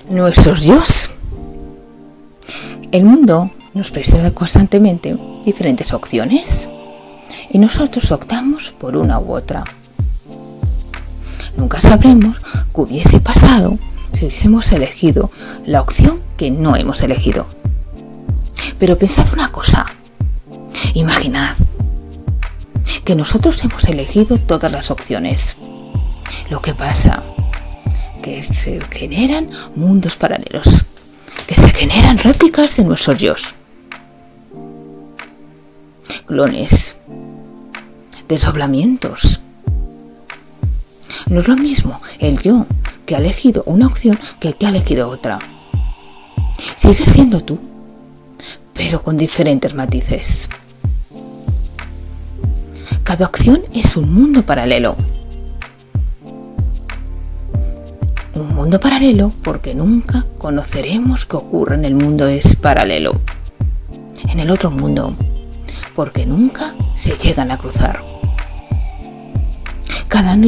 nuestros yos. El mundo nos presenta constantemente diferentes opciones y nosotros optamos por una u otra. Nunca sabremos qué hubiese pasado si hubiésemos elegido la opción que no hemos elegido. Pero pensad una cosa, imaginad que nosotros hemos elegido todas las opciones. Lo que pasa que se generan mundos paralelos, que se generan réplicas de nuestros yos. Clones, desdoblamientos. No es lo mismo el yo que ha elegido una opción que el que ha elegido otra. Sigues siendo tú, pero con diferentes matices. Cada opción es un mundo paralelo. Un mundo paralelo porque nunca conoceremos qué ocurre en el mundo es paralelo. En el otro mundo, porque nunca se llegan a cruzar. Cada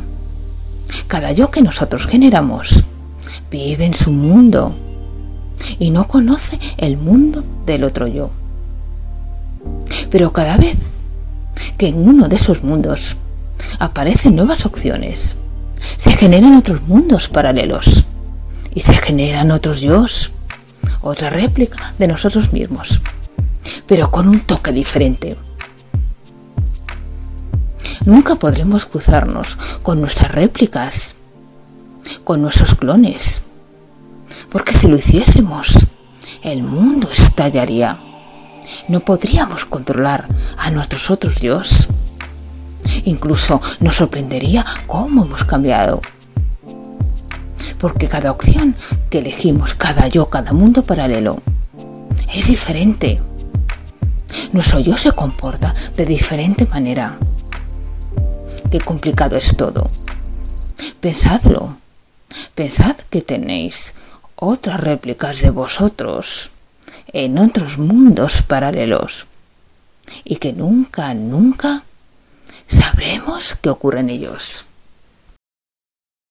yo que nosotros generamos vive en su mundo y no conoce el mundo del otro yo. Pero cada vez que en uno de esos mundos aparecen nuevas opciones, se generan otros mundos paralelos y se generan otros yos, otra réplica de nosotros mismos, pero con un toque diferente. Nunca podremos cruzarnos con nuestras réplicas, con nuestros clones, porque si lo hiciésemos, el mundo estallaría. No podríamos controlar a nuestros otros yos. Incluso nos sorprendería cómo hemos cambiado. Porque cada opción que elegimos, cada yo, cada mundo paralelo, es diferente. Nuestro yo se comporta de diferente manera. Qué complicado es todo. Pensadlo. Pensad que tenéis otras réplicas de vosotros en otros mundos paralelos y que nunca sabremos qué ocurre en ellos.